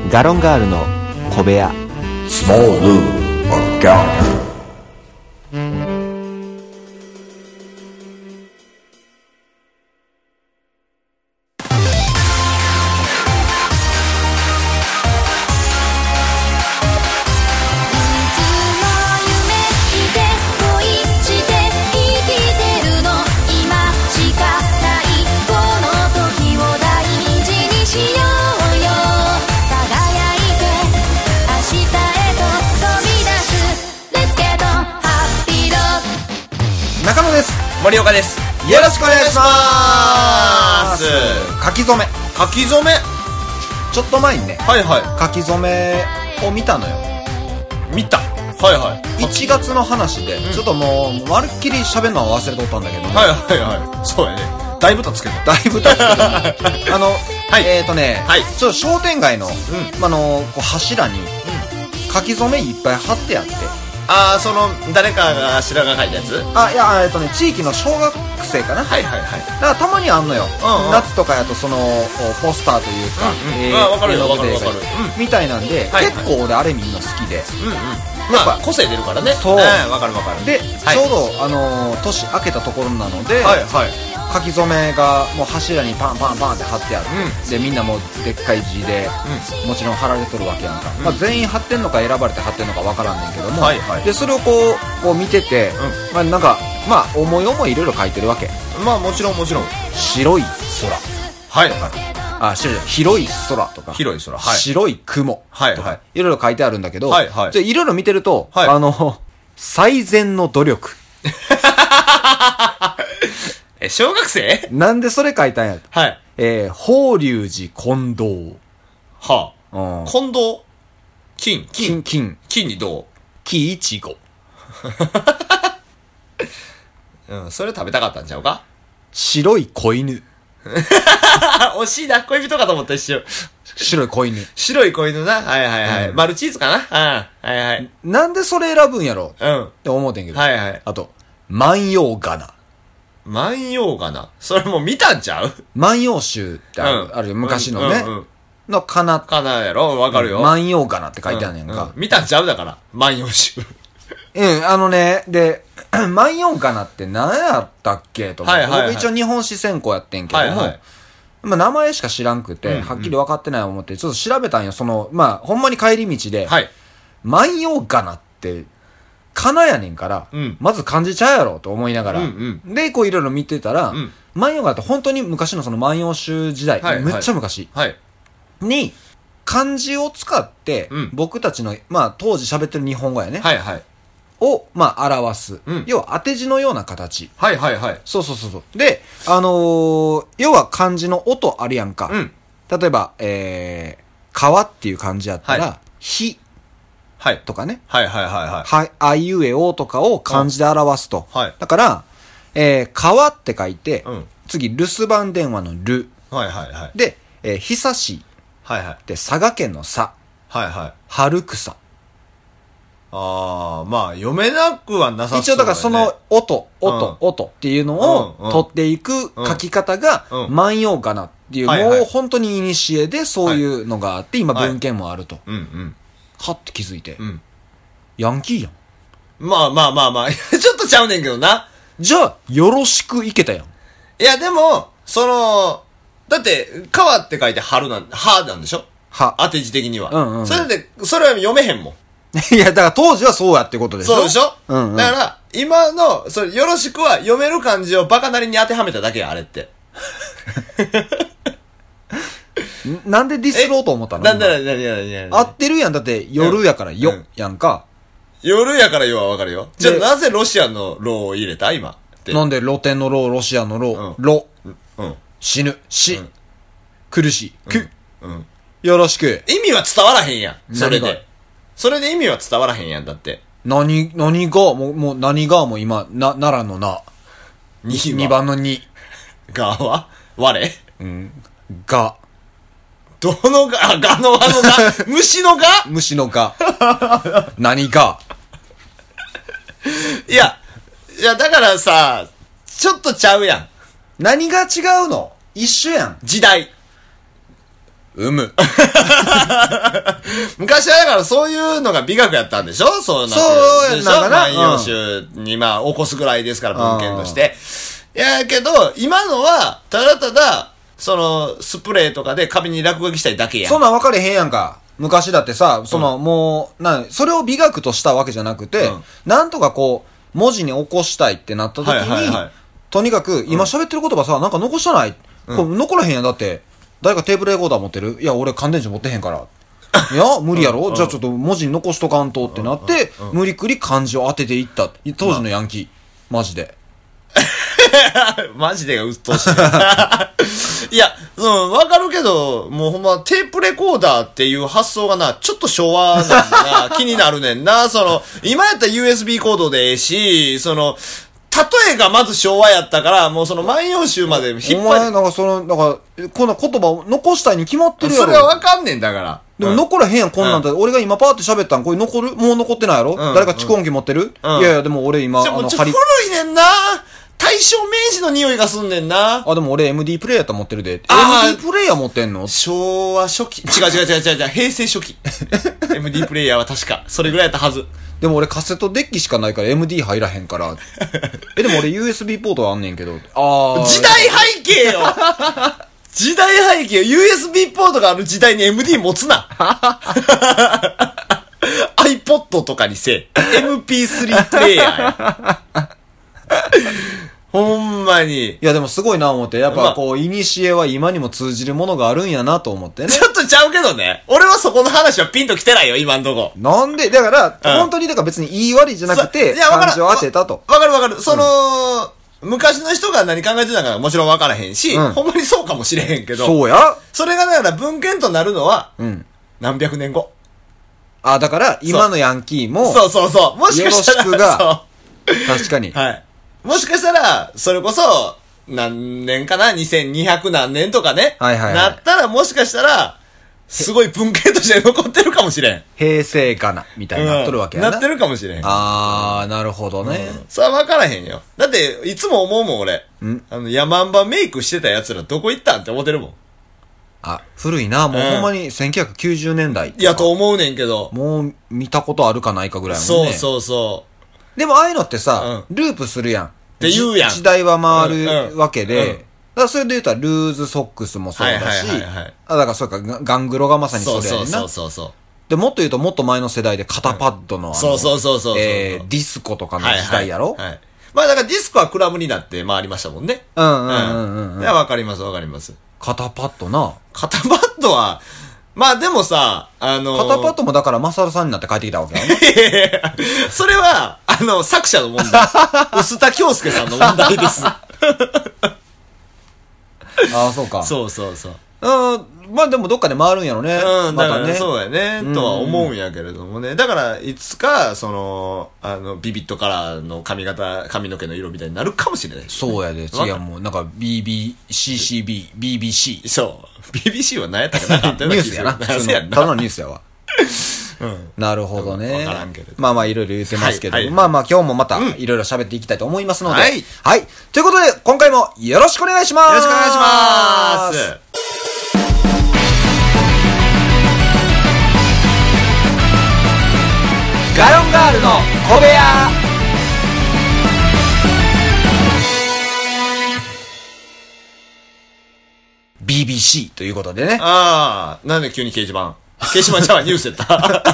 ガロンガールの小部屋。 Small Lou or Gallagher。 中野です。 森岡です。 よろしくお願いします。書き初め。 書き初め。 ちょっと前にね、 はいは書き初めを見たのよ。 い。見た。はいはい。 1月の話で、ちょっともうまるっきり喋るのは忘れとったんだけど、ね、 はいはいはい。そうやね。だいぶ経つけど。 だいぶ経つけどはいはい、 ちょっと商店街の、こう柱に、書き初めいっぱい貼ってあって、 あー、その誰かが白髪書いたやつ。 あ、いや、地域の小学生かな。 はいはいはい。 だからたまにあんのよ、夏とかやとそのポスターというか、 わかるよわかるわかる、 みたいなんで、結構俺あれみんな好きで、 やっぱ個性出るからね。 そう、 わかるわかる。 で、ちょうど年明けたところなので、 はいはい、 書き初めがもう柱にパンパンパンって貼ってあって、でみんなもうでっかい字で、もちろん貼られとるわけやんか、全員貼ってんのか選ばれて貼ってんのかわからんねんけども、でそれをこう見てて、なんか思い思いいろいろ書いてるわけ。 もちろんもちろん。 白い空、 はいはい、 あ、広い空とか、 広い空、はい、 白い雲とか、いろいろ書いてあるんだけど、 はいはい、 いろいろ見てると、最善の努力小学生なんでそれ書いたんやと。 はい。 法隆寺近藤。 はあ。近藤金にどう木いちご。 それ食べたかったんちゃうか。 白い子犬。 惜しいな、恋人かと思った一瞬。 白い子犬。 白い子犬な。はいはいはい。マルチーズかな。はいはい。 なんでそれ選ぶんやろって思うてんけど。 はいはい。 あと、万葉仮名。 万葉仮名。それもう見たんちゃう？ 万葉集ってあるよ、昔のね。の仮名。 仮名やろ？わかるよ。 万葉仮名って書いてあるんやんか。 見たんちゃうだから。万葉集。 で、万葉仮名って何やったっけと思って。僕一応日本史専攻やってんけども、名前しか知らんくて、はっきり分かってない思って、ちょっと調べたんよ。ほんまに帰り道で、万葉仮名って、かなやねんから、まず漢字ちゃうやろと思いながら、で、こういろいろ見てたら、万葉仮名って本当に昔のその万葉集時代、めっちゃ昔に、漢字を使って、僕たちの、当時喋ってる日本語やね。を、表す。要は当て字のような形。そう。で、要は漢字の音あるやんか。例えば、川っていう漢字やったら、ひ。とかね。あいうえおとかを漢字で表すと。だから、川って書いて、次、留守番電話のる。で、久し。で、佐賀県のさ。春草。 読めなくはなさそうだね。 一応だからその音っていうのを取っていく書き方が万葉仮名っていう、もう本当に古でそういうのがあって、今文献もあると。はって気づいて。ヤンキーやん。 ちょっとちゃうねんけどな。 じゃあ、よろしくいけたやん。 いや、でも、だって、川って書いてはなんでしょ？当て字的には。それで、それは読めへんもん。 いや、だから当時はそうやってことでしょ？ そうでしょ？だから、今の、よろしくは読める漢字をバカなりに当てはめただけや、あれって。 なんでディスろうと思ったの？合ってるやん。だって、夜やからよ、やんか。 夜やからよはわかるよ。じゃあなぜロシアのロを入れた今。 なんで露天のロ、ロシアのロ、ロ、死ぬ、死、苦しい、よろしく。 意味は伝わらへんやん。それで。それで意味は伝わらへんやん、だって。 何が、もう何がもう今、奈良のな。2番の2。 がは我が。 どのが、がのが、虫のが虫のが。何がいや、だからさ、ちょっとちゃうやん。 何が違うの？一緒やん。 時代。 産む。昔はだからそういうのが美学やったんでしょ？そうなんそうなんかな。 万葉集にまあ起こすぐらいですから文献として。いやけど、今のは、ただただ、その、スプレーとかで壁に落書きしたいだけやん。 そんなん分かれへんやんか。昔だってさ、もう、それを美学としたわけじゃなくて、なんとかこう、文字に起こしたいってなった時に、とにかく、今喋ってる言葉さ、なんか残したない。これ残らへんやん。だって、誰かテープレコーダー持ってる？いや、俺乾電池持ってへんから。いや、無理やろ？じゃあちょっと文字に残しとかんとってなって、無理くり漢字を当てていった。当時のヤンキー。マジで。 マジでがうっとうしい。いや、わかるけど、もうほんま、テープレコーダーっていう発想がな、ちょっと昭和なんだな、気になるねんな。今やったら USB コードでええし、例えがまず昭和やったから、もう万葉集まで引っ張り。 お前、こんな言葉を残したいに決まってるやろ。 それはわかんねんだから。 でも残らへんやん、こんなんだ。俺が今パーって喋ったん、これ残る？もう残ってないやろ？誰か蓄音機持ってる？いやいや、でも俺今、 古いねんな。大正明治の匂いがすんねんな。 でも俺 MD プレイヤーと持ってるで。MD プレイヤー持ってんの？ 昭和初期。違う、平成初期。MD プレイヤーは確か、それぐらいやったはず。 でも俺カセットデッキしかないから MD 入らへんから。でも俺 USB ポートはあんねんけど。 時代背景よ時代背景よ !USB ポートがある時代に MD 持つなiPod とかにせ MP3 プレイヤーや。ほんまに。 いやでもすごいな思って。やっぱこう、いにしえは今にも通じるものがあるんやなと思ってね。 ちょっとちゃうけどね。俺はそこの話はピンと来てないよ、今んとこ。 なんでだから、本当に別に言い悪いじゃなくて、漢字を当てたと。 わかる。昔の人が何考えてたかもちろんわからへんし、ほんまにそうかもしれへんけど。 そうや。 それがだから文献となるのは、何百年後。 だから今のヤンキーも、 そう。もしかしたら、 よろしくが、確かに。 はい。もしかしたら、それこそ、何年かな ?2200 何年とかね。なったら、もしかしたら、すごい文献として残ってるかもしれん。 平成かなみたいになっとるわけやな。 なってるかもしれん。 なるほどね。 それは分からへんよ。だって、いつも思うもん、俺。ヤマンバメイクしてた奴らどこ行ったんって思ってるもん。 古いな。もうほんまに1990年代。 いや、と思うねんけど。 もう見たことあるかないかぐらいもんね。 そう。 でもああいうのってさ、ループするやん。 って言うやん。 時代は回るわけで、だからそれで言うたらルーズソックスもそうだし、だからそうか、ガングロがまさにそれやねんな。 そう。 で、もっと言うともっと前の世代で肩パッドのそう。 ディスコとかの時代やろ？ まあだからディスコはクラブになって回りましたもんね。いや、わかります。 肩パッドな。 肩パッドは、まあでもさ、 肩パッドもだからマサルさんになって帰ってきたわけやな。それは、作者の問題。臼田恭介さんの問題です。 そうか。 そう。 まあでもどっかで回るんやろね。 だからね。そうやね。とは思うんやけれどもね。だから、いつか、ビビットカラーの髪の毛の色みたいになるかもしれない。 そうやで。違う、もう、BBC。 そう。BBC は何やったかなかったような気がする。 ニュースやな。ただのニュースやわ。なるほどね。 わからんけれど。 まあいろいろ言ってますけど。まあ今日もまたいろいろ喋っていきたいと思いますので。はい。ということで、今回もよろしくお願いします。 よろしくお願いします。 ガロンガールの小部屋。BBC ということでね。 なんで急に掲示板ちゃうわ、ニュースやった。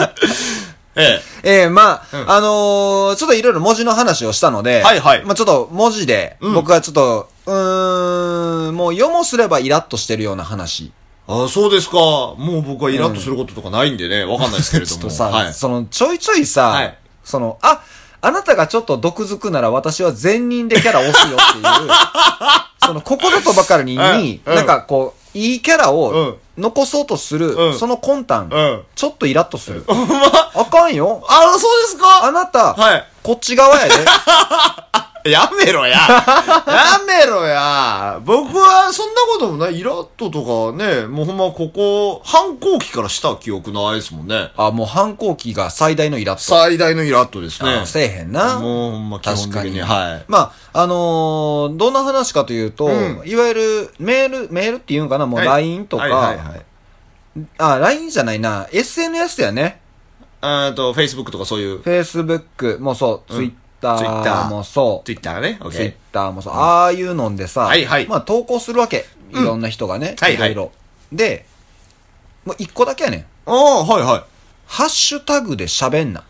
まあ、ちょっといろいろ文字の話をしたので、まあちょっと文字で、僕はちょっと、もう読もすればイラッとしてるような話。 そうですか。もう僕はイラッとすることとかないんでね、わかんないですけれども。 ちょっとさ、ちょいちょいさ、あなたがちょっと毒づくなら私は善人でキャラ押すよっていう、ここぞとばかりに、なんかこう、いいキャラを残そうとする、その魂胆、ちょっとイラッとする。あかんよ。 そうですか。 あなた、こっち側やで。 やめろや。僕はそんなこともない。イラッととかね、もうほんま反抗期からした記憶ないですもんね。 もう反抗期が最大のイラッと。 最大のイラッとですね。 せえへんな。 もうほんま基本的に。 まあ、どんな話かというと、いわゆるメールっていうんかな、もう LINE とか、 LINE じゃないな。SNS やね。 Facebook とかそういう。 Facebook もそう。Twitter もそう。 Twitter ね。OK。 Twitter もそう。ああいうのでさ、まあ投稿するわけ。いろんな人がね。いろいろ。で、もう一個だけやねん。 はいはい。 ハッシュタグで喋んな。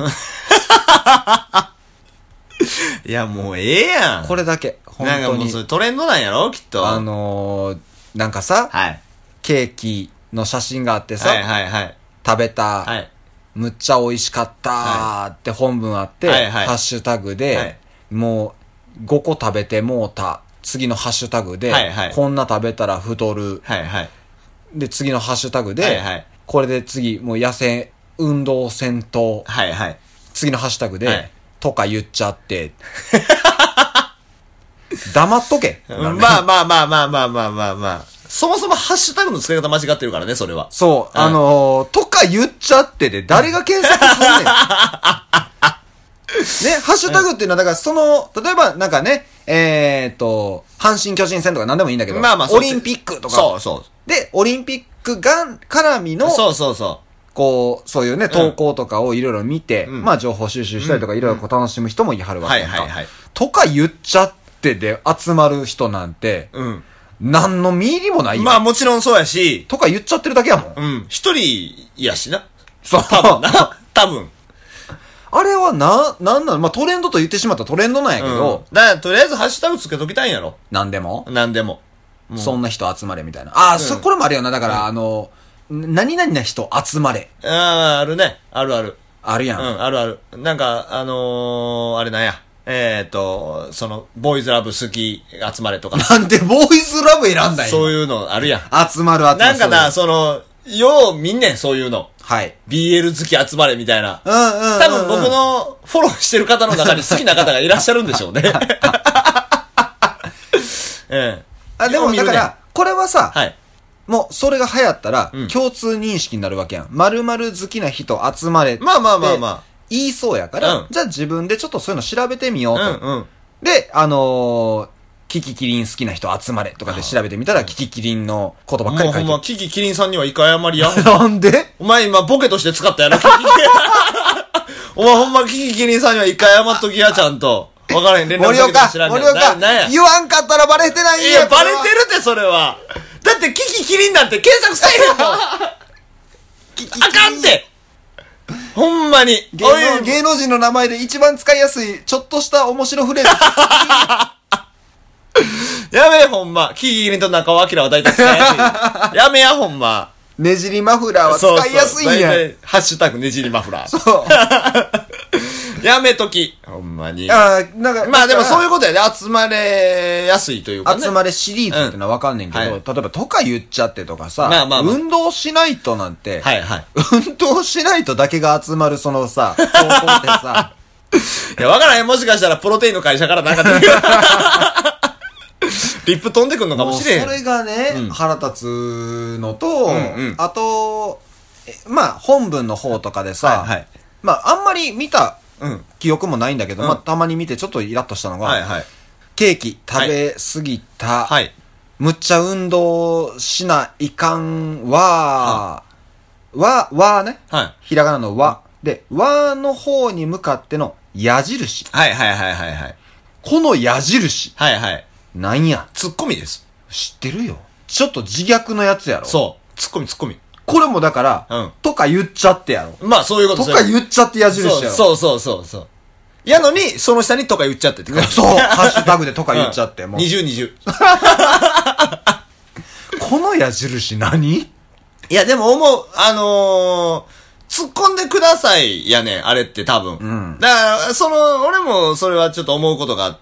いや、もうええやん。 これだけ。本当に。 なんかもうそれトレンドなんやろきっと。 なんかさ、ケーキの写真があってさ、食べた、むっちゃ美味しかったって本文あって、ハッシュタグで、もう5個食べてもうた。次のハッシュタグで、こんな食べたら太る。で、次のハッシュタグで、これで次、もう運動戦闘。次のハッシュタグで、とか言っちゃって。黙っとけ。 まあ。そもそもハッシュタグの付け方間違ってるからね、それは。 そう。とか言っちゃってで、誰が検索すんねん。ね、ハッシュタグっていうのは、だから例えばなんかね、阪神巨人戦とか何でもいいんだけど、オリンピックとか。 そう。 で、オリンピック絡みの、そういうね、投稿とかをいろいろ見て、まあ情報収集したりとかいろいろ楽しむ人もいはるわけやんか。とか言っちゃってで集まる人なんて、何の見入りもないよ。 まあもちろんそうやし。 とか言っちゃってるだけやもん。一人やしな。 そう。 多分。 あれはなんまあトレンドと言ってしまったらトレンドなんやけど。 だからとりあえずハッシュタグつけときたいんやろ。 なんでも。 そんな人集まれみたいな。これもあるよな。だから、何々な人集まれ。 あるね。ある。 あるやん。 ある。なんか、あれなんや。ボーイズラブ好き集まれとか。 なんでボーイズラブ選んだんや。 そういうのあるやん。 集まる。 なんかな、よう見んねん、そういうの。 はい。 BL 好き集まれみたいな。多分僕のフォローしてる方の中に好きな方がいらっしゃるんでしょうね。 でもだから、これはさ、もうそれが流行ったら、共通認識になるわけやん。〇〇好きな人集まれって。まあ。言いそうやから、じゃあ自分でちょっとそういうの調べてみようと。で、キキキリン好きな人集まれとかで調べてみたら、キキキリンの言葉ばっかり書いてる。 もうキキキリンさんには一回謝りや。 なんでお前今ボケとして使ったやろ、お前ほんまキキキリンさんには一回謝っときや、ちゃんと。わからへん、連絡先と知らんけど。 森岡、言わんかったらバレてないんや。 いや、バレてるって、それは。だってキキキリンなんて検索さえへんもん。あかんって。ほんまに。 芸能人の名前で一番使いやすい、ちょっとした面白フレーズ。 やめほんま。キキキリンと中尾明は大体使いやすい。やめや、ほんま。 ねじりマフラーは使いやすいんや。 ハッシュタグねじりマフラー。そう。やめとき。ほんまに。まあでもそういうことやで、集まれやすいというかね。 集まれシリーズってのはわかんねんけど、例えばとか言っちゃってとかさ、運動しないとなんて、運動しないとだけが集まるそのさ、投稿ってさ、 いや、わからへん。もしかしたらプロテインの会社からなんかリップ飛んでくんのかもしれん。 それがね、腹立つのと、あと、まあ本文の方とかでさ、まああんまり見た記憶もないんだけど、まあたまに見てちょっとイラッとしたのが、ケーキ食べ過ぎた、むっちゃ運動しないかんわね、ひらがなのわ。で、わの方に向かっての矢印。この矢印。なんや。 ツッコミです。 知ってるよ。ちょっと自虐のやつやろ。 そう。ツッコミ。 これもだから、とか言っちゃってやろ。 まあそういうこととか言っちゃって矢印やろ。 そう。やのに、その下にとか言っちゃってって。 そう。ハッシュタグでとか言っちゃって。もう。 20。 この矢印何？ いやでも突っ込んでくださいやねん、あれって多分。だから、俺もそれはちょっと思うことがあって、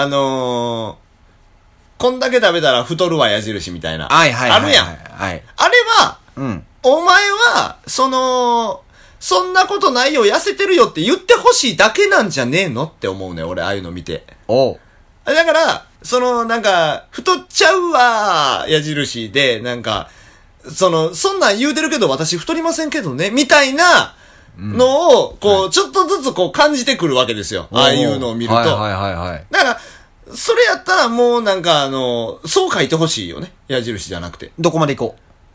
こんだけ食べたら太るわ矢印みたいな。あるやん。あれは、お前は、そんなことないよ、痩せてるよって言ってほしいだけなんじゃねえのって思うね、俺、ああいうの見て。だから、なんか、太っちゃうわ、矢印で、なんか、そんなん言うてるけど私太りませんけどね、みたいなのを、ちょっとずつ感じてくるわけですよ。ああいうのを見ると。だから、それやったらもうなんかそう書いてほしいよね。矢印じゃなくて。 どこまで行こう。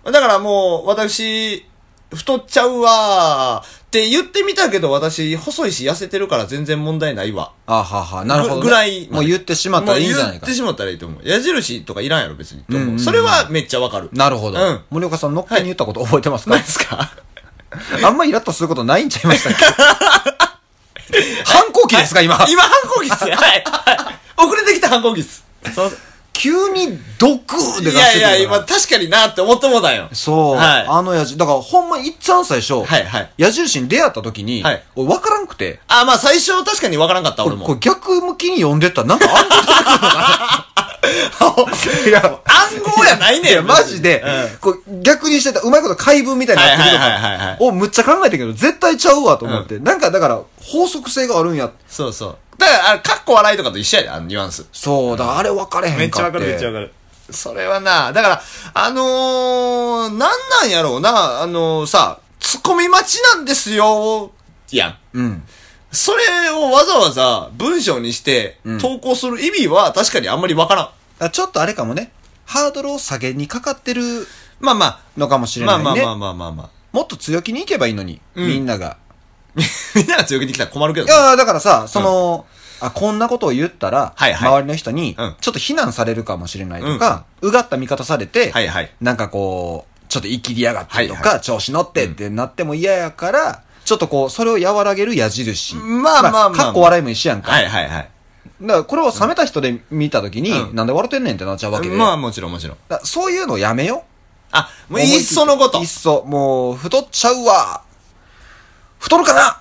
だからもう、私、太っちゃうわーって言ってみたけど、私、細いし痩せてるから全然問題ないわ。 あはは、なるほど、ね。 ぐらい。 もう言ってしまったらいいんじゃないか。 言ってしまったらいいと思う。矢印とかいらんやろ、別に。それはめっちゃわかる。 なるほど。 うん。 森岡さん、のっけに言ったこと覚えてますか？ 何ですか？ あんまイラッとすることないんちゃいましたっけ？反抗期ですか、今。 今反抗期っすね。はい。遅れてきた反抗期っす。 急に毒で出してくるから。 いや、今確かになって思ってもうたんよ。 そう。 はい。 あの矢印、だからほんまいっちゃん最初、 はいはい。 矢印に出会った時に、 はい。 俺分からんくて。 あ、まあ最初確かに分からんかった、俺も。 これ逆向きに読んでったらなんか暗号出てくるのかな。いや、 暗号やないねん。 いや、マジで、こう逆にしてた、うまいこと解文みたいになってるとか、をむっちゃ考えたけど、絶対ちゃうわと思って。なんかだから、法則性があるんや。 そうそう。だから、かっこ笑いとかと一緒やで、ニュアンス。 そう、だからあれ分かれへんかって。 めっちゃ分かる、めっちゃ分かる。それはな、だから、なんなんやろうな、さ、ツッコミ待ちなんですよ、やん。 うん。 それをわざわざ文章にして投稿する意味は確かにあんまりわからん。 ちょっとあれかもね。ハードルを下げにかかってるまあまあ。 のかもしれないね。 まあ。 もっと強気にいけばいいのに、みんなが。 みんなが強気に来たら困るけど。 いや、だからさ、こんなことを言ったら、 はいはい周りの人に、ちょっと非難されるかもしれないとか、うがった見方されて、 はいはい。 なんかこう、ちょっと言い切りやがってとか、調子乗ってってなっても嫌やから、ちょっとこう、それを和らげる矢印。 まあ。 かっこ笑いも一緒やんか。 はい。 だからこれを冷めた人で見たときに、なんで笑ってんねんってなっちゃうわけで。 まあもちろん。 そういうのをやめよ。 あ、もういっそのこと。 いっそ、もう、太っちゃうわ。太るかな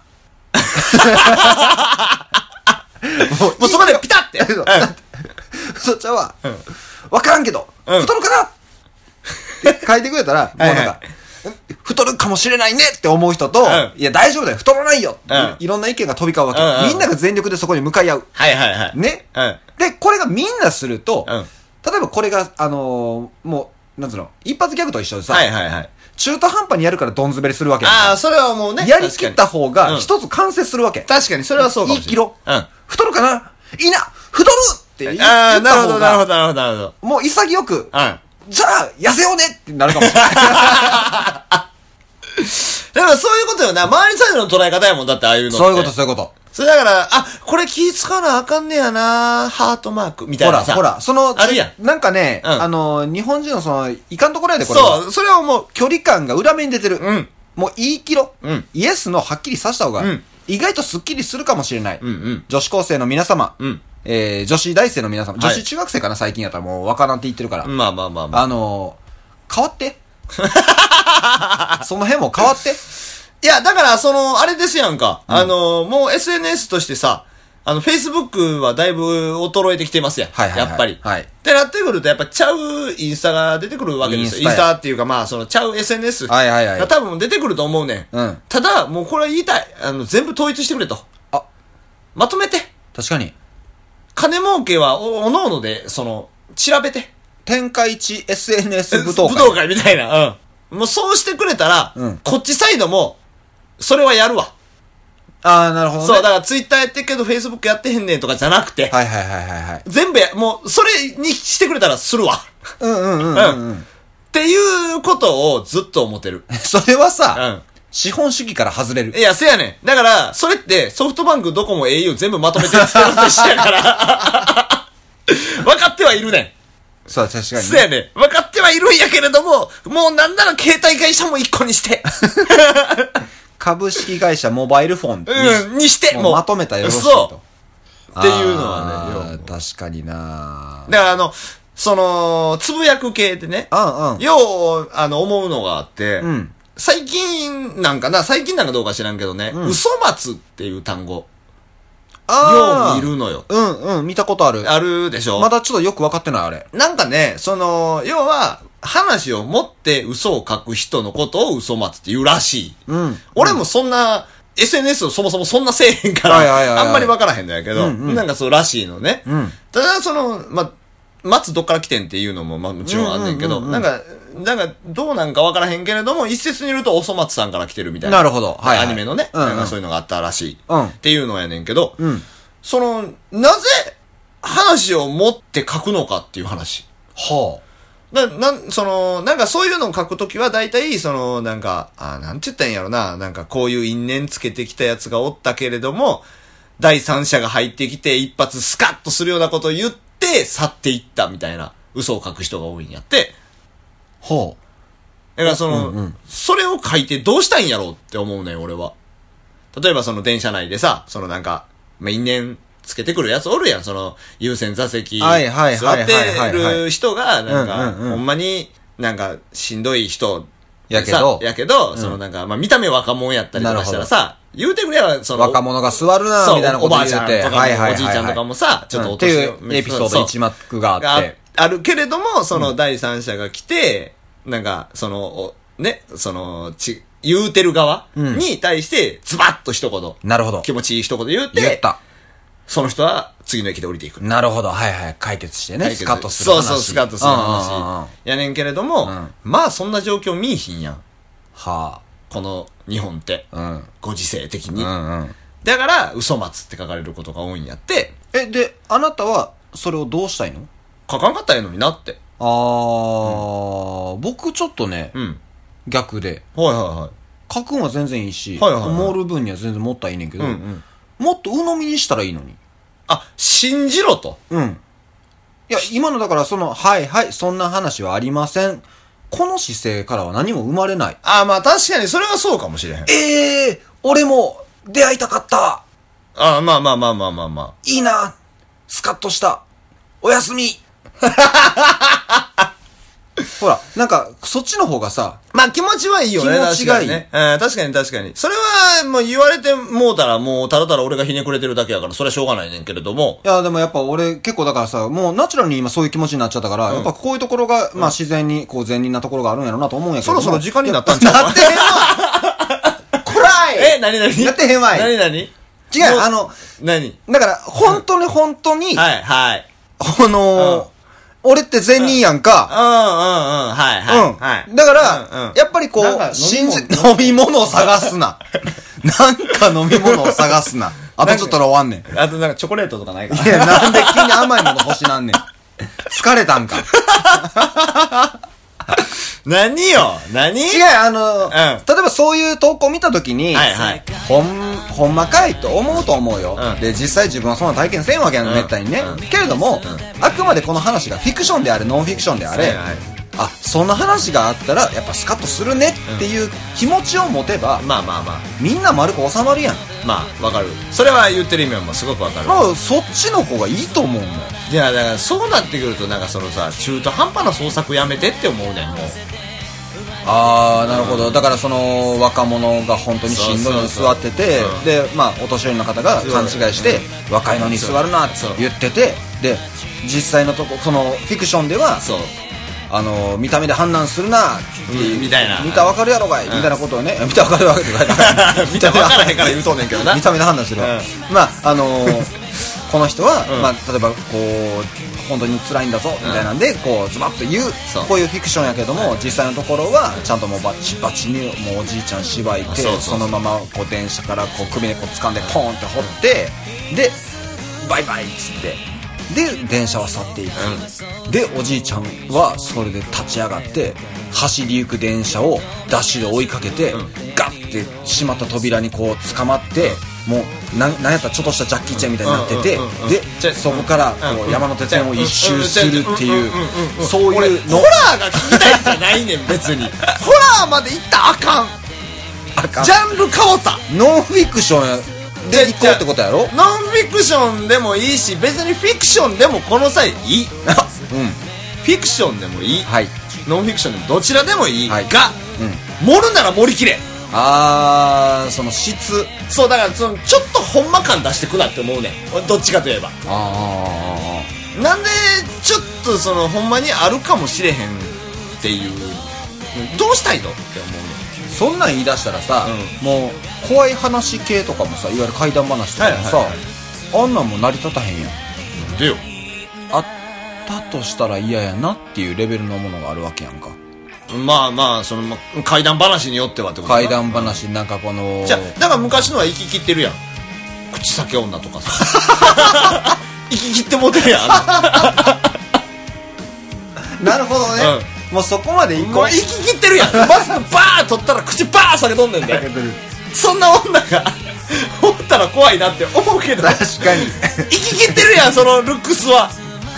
もうそこでピタって。 太っちゃうわ。わからんけど、太るかなって書いてくれたら、もうなんか、太るかもしれないねって思う人と、いや大丈夫だよ、太らないよ、いろんな意見が飛び交うわけ。みんなが全力でそこに向かい合う。ね。で、これがみんなすると、例えばこれが、もう、なんつうの、一発ギャグと一緒でさ、中途半端にやるからどん滑りするわけ。 ああ、それはもうね。 やりきった方が一つ完成するわけ。 確かに、それはそうかもしれない。 いいキロ。太るかないいな太るって言った方が。 なるほど。 もう潔く。じゃあ、痩せようねってなるかもしれない。 でもそういうことよな。周りサイドの捉え方やもん。だってああいうのって。 そういうこと。 それだから、これ気使わなあかんねやな、ハートマーク、みたいなさ。 ほら、 あるやん。 なんかね、日本人のいかんところやで、これは。 そう、それはもう。 距離感が裏目に出てる。もう言い切ろ。イエスのはっきりさした方が、意外とスッキリするかもしれない。女子高生の皆様。女子大生の皆様。女子中学生かな、最近やったらもうわからんって言ってるから。 まあ。 変わって。その辺も変わって。 いや、だから、あれですやんか。もう SNS としてさ、Facebook はだいぶ衰えてきてますやん。やっぱり。ってなってくると、やっぱちゃうインスタが出てくるわけですよ。インスタっていうか、まあ、ちゃう SNS が多分出てくると思うねん。ただ、もうこれは言いたい。全部統一してくれと。まとめて。 確かに。 金儲けは、おのおので、調べて。 天下一 SNS 武道会。 武道会みたいな。もうそうしてくれたら、こっちサイドも、それはやるわ。 ああ、なるほどね。 そう、だからツイッターやってるけど、フェイスブックやってへんねんとかじゃなくて。全部もう、それにしてくれたらするわ。っていうことをずっと思ってる。 それはさ、資本主義から外れる。 いや、せやねん。だから、それってソフトバンク、ドコモ、au 全部まとめて捨てると一緒やから。分かってはいるねん。 そう、確かに、ね。 そうやね。分かってはいるんやけれども、もうなんなら携帯会社も一個にして。 株式会社モバイルフォンにして、 もうまとめたらよろしいと。 っていうのはね、確かにな。 だからつぶやく系でね、よう、思うのがあって、最近なんかどうか知らんけどね、嘘松っていう単語。よう見るのよ。 見たことある。 あるでしょ。 まだちょっとよくわかってない、あれ。 なんかね、要は、話を持って嘘を書く人のことを嘘松って言うらしい。俺もそんな、SNS をそもそもそんなせえへんから、あんまりわからへんのやけど、なんかそうらしいのね。ただ松どっから来てんっていうのももちろんあんねんけど、なんかどうなんかわからへんけれども、一説によるとおそ松さんから来てるみたいな。 なるほど。 アニメのね、なんかそういうのがあったらしい。っていうのやねんけど、なぜ話を持って書くのかっていう話。 なんかそういうのを書くときは大体、なんか、なんて言ったらいいんやろな、なんかこういう因縁つけてきたやつがおったけれども、第三者が入ってきて一発スカッとするようなことを言って去っていったみたいな嘘を書く人が多いんやって。 ほう。 だからそれを書いてどうしたいんやろうって思うねん、俺は。例えば電車内でさ、なんか、因縁つけてくるやつおるやん、優先座席、座ってる人が、なんか、ほんまになんかしんどい人やけど、 なんか、見た目若者やったりとかしたらさ、言うてくれば、 若者が座るな、みたいなこと言うて。 おばあちゃんとかも、おじいちゃんとかもさ、ちょっとっていうエピソード1幕があって。 あるけれども、第三者が来て、なんか、言うてる側に対して、ズバッと一言。 なるほど。 気持ちいい一言言って、その人は次の駅で降りていく。 なるほど。はいはい。解決してね。スカッとする話。 そう、スカッとする話。やねんけれども、まあそんな状況見いひんやん。 はあ。 この日本って。ご時世的に。 だから、嘘松って書かれることが多いんやって。 で、あなたはそれをどうしたいの？ 書かんかったらええのになって。 僕ちょっとね、逆で。書くんは全然いいし、盛る分には全然もったらいいねんけど、もっと鵜呑みにしたらいいのに。 信じろと。 いや、今のだからはいはい、そんな話はありません。この姿勢からは何も生まれない。 まあ確かにそれはそうかもしれへん。 俺も出会いたかった。 まあ。 いいな。スカッとした。おやすみ。ほら、なんか、そっちの方がさ。 気持ちはいいよね。 気持ちがいい。 確かに。それは、もう言われてもうたら、もうただただ俺がひねくれてるだけやから、それはしょうがないねんけれども。 いや、でもやっぱ俺結構だからさ、もうナチュラルに今そういう気持ちになっちゃったから、やっぱこういうところが、自然に、善人なところがあるんやろうなと思うんやけど。 そろそろ時間になったんちゃうなってへんわこらい何なってへんわい何違う、 何だから、本当に、 はい。 俺って善人やんか。 はい。 だから、やっぱり飲み物を探すな。なんか飲み物を探すな。あとちょっとで終わんねん。 あとなんかチョコレートとかないかいや、なんで急に甘いもの欲しなんねん。疲れたんか。 何よ何違う、例えばそういう投稿見たときに、ほんまかいと思うと思うよ。で、実際自分はそんな体験せんわけやん、めったにね。けれども、あくまでこの話がフィクションであれ、ノンフィクションであれ、そんな話があったら、やっぱスカッとするねっていう気持ちを持てば、みんな丸く収まるやん。 わかる。それは言ってる意味はもうすごくわかる。 そっちの方がいいと思うんだよ。 いや、だからそうなってくると、なんか中途半端な創作やめてって思うねん、もう。 なるほど。だから若者が本当にしんどいのに座ってて、で、お年寄りの方が勘違いして、若いのに座るなって言ってて、で、実際のとこ、フィクションでは、見た目で判断するなっていう、 みたいな。 見たらわかるやろがいみたいなことをね、見たらわかるわけじゃない。 見たらわからへんから言うとんねんけどな。 見た目で判断してるわ。この人は、例えば本当に辛いんだぞみたいなんでズバッと言う、こういうフィクションやけども、実際のところはちゃんともうバチバチにもうおじいちゃん縛いて、そのまま電車から首根っこ掴んでポーンって掘って、でバイバイっつってで電車は去っていく、でおじいちゃんはそれで立ち上がって走り行く電車をダッシュで追いかけて、ガッて閉まった扉に捕まって、もうなんやったらちょっとしたジャッキー・チェンみたいになってて、でそこから山手線を一周するっていう、そういうホラーが聞きたいんじゃないねん別に。ホラーまで行ったらあかん。ジャンル変わった。 ノンフィクションで行こうってことやろ。 ノンフィクションでもいいし、別にフィクションでもこの際いい。フィクションでもいい、ノンフィクションでもどちらでもいいが、盛るなら盛りきれ。 その質。 そう、だからちょっとほんま感出してくなって思うねん、どっちかといえば。なんでちょっとほんまにあるかもしれへんっていう、どうしたいのって思うねん。 そんなん言い出したらさ、もう怖い話系とかもさ、いわゆる怪談話とかもさ、あんなんも成り立たへんやん。 なんでよ。 あったとしたら嫌やなっていうレベルのものがあるわけやんか。 怪談話によってはってこと。 怪談話なんかじゃだから昔のは生き切ってるやん。口裂け女とかさ。生き切ってもてるやん。 なるほどね。もうそこまで行こう。 もう息切ってるやん。マスクバー取ったら口バー下げとんねんで。そんな女が、おったら怖いなって思うけど。 確かに。 息切ってるやん、そのルックスは。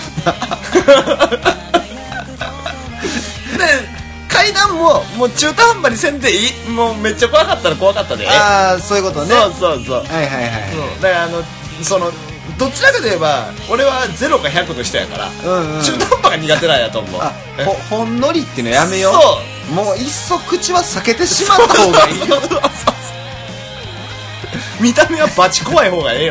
で、階段も、もう中途半端にせんでいい。もうめっちゃ怖かったら怖かったで。 ああ、そういうことね。 そう。 はいはいはい。 だからどちらかといえば、俺は0か100の人やから、中途半端が苦手なんやと思う。 ほんのりっていうのやめよう。 そう。 もういっそ口は避けてしまった方がいいよ。 見た目はバチ怖い方がええよ。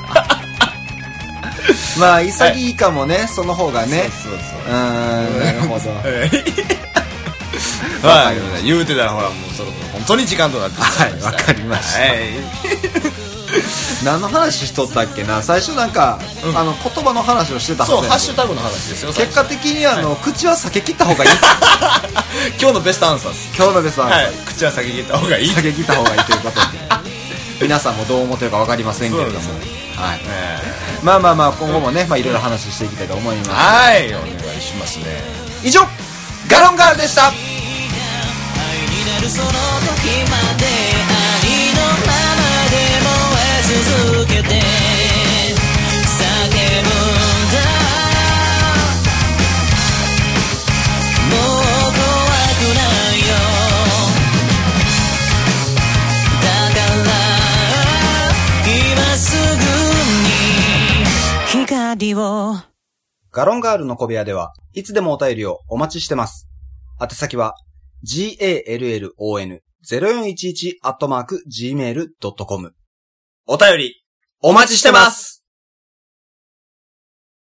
まあ潔いかもね、その方がね。 そう。 なるほど。 はい、言うてたらほらもうそろそろ本当に時間となってしまいました。 はい、わかりました。何の話しとったっけな。最初なんか、言葉の話をしてたはず。 そう、ハッシュタグの話ですよ。 結果的に口は避け切った方がいい。 今日のベストアンサーです。 今日のベストアンサー。 口は避け切った方がいい。 避け切った方がいいということで。皆さんもどう思ってるか分かりませんけれども。はい。まあ今後もね、いろいろ話していきたいと思います。 はい、お願いしますね。 以上、ガロンガールでした。続けて叫ぶんだ、もう怖くないよ、だから今すぐに光を。ガロンガールの小部屋ではいつでもお便りをお待ちしてます。宛先は gallon0411@gmail.com。 お便り、お待ちしてます。